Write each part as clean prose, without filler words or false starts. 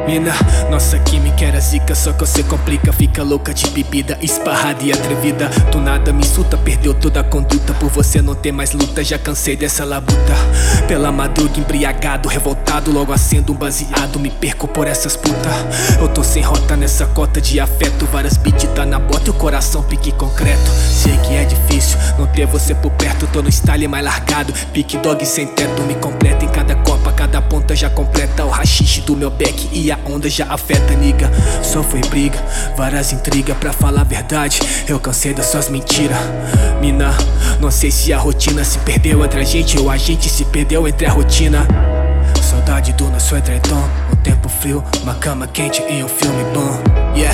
Mina, nossa química era zica, só que você complica. Fica louca de bebida, esparrada e atrevida. Do nada me insulta, perdeu toda a conduta. Por você não ter mais luta, já cansei dessa labuta. Pela madruga embriagado, revoltado, logo acendo um baseado. Me perco por essas putas. Eu tô sem rota nessa cota de afeto. Várias beats tá na bota e o coração pique concreto. Sei que é difícil não ter você por perto. Tô no style mais largado, pique dog sem teto. Me completa em cada copa, cada ponta já completa o rachixe do meu beck e a onda já afeta, niga. Só foi briga, várias intrigas. Pra falar a verdade, eu cansei das suas mentiras. Mina, não sei se a rotina se perdeu entre a gente ou a gente se perdeu entre a rotina. Saudade do nosso edredom, um tempo frio, uma cama quente e um filme bom. Yeah,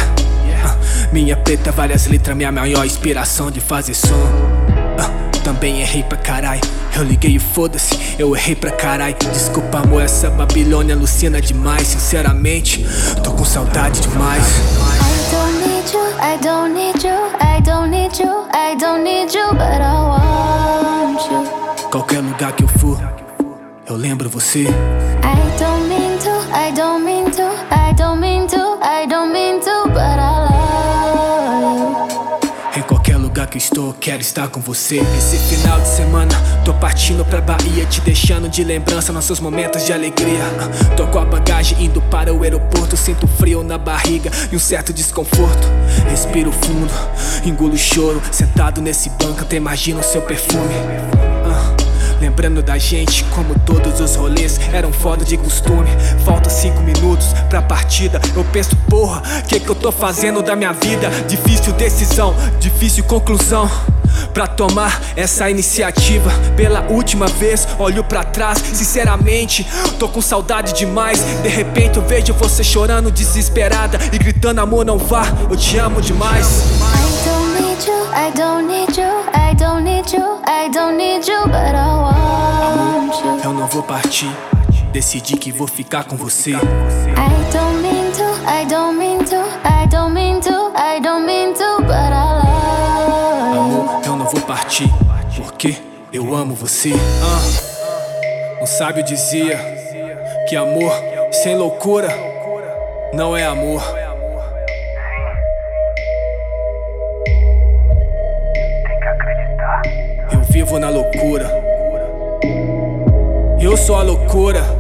minha preta, várias letras, minha maior inspiração de fazer som. Também errei pra carai, eu liguei e foda-se, eu errei pra carai. Desculpa amor, essa Babilônia alucina demais. Sinceramente, tô com saudade demais. I don't need you, I don't need you, I don't need you, I don't need you, but I want you. Qualquer lugar que eu for, eu lembro você. I don't mean to, I don't mean to, I don't mean to, I don't mean to, but I love you. Em qualquer lugar que estou, quero estar com você. Esse final de semana, tô partindo pra Bahia, te deixando de lembrança nossos momentos de alegria. Tô com a bagagem indo para o aeroporto. Sinto frio na barriga e um certo desconforto. Respiro fundo, engulo o choro. Sentado nesse banco, até imagino seu perfume. Lembrando da gente, como todos os rolês eram foda de costume. Faltam 5 minutos pra partida. Eu penso, porra, que eu tô fazendo da minha vida? Difícil decisão, difícil conclusão pra tomar essa iniciativa. Pela última vez, olho pra trás, sinceramente, tô com saudade demais. De repente eu vejo você chorando desesperada e gritando, amor não vá, eu te amo demais. I don't need you, I don't need you, I don't need you, I don't need you, but I want you. Eu não vou partir, decidi que vou ficar com você. I don't mean to, I don't mean to, I don't mean to, I don't mean to, but I love you. Amor, eu não vou partir, porque eu amo você. Um sábio dizia que amor sem loucura não é amor. Eu vivo na loucura, eu sou a loucura.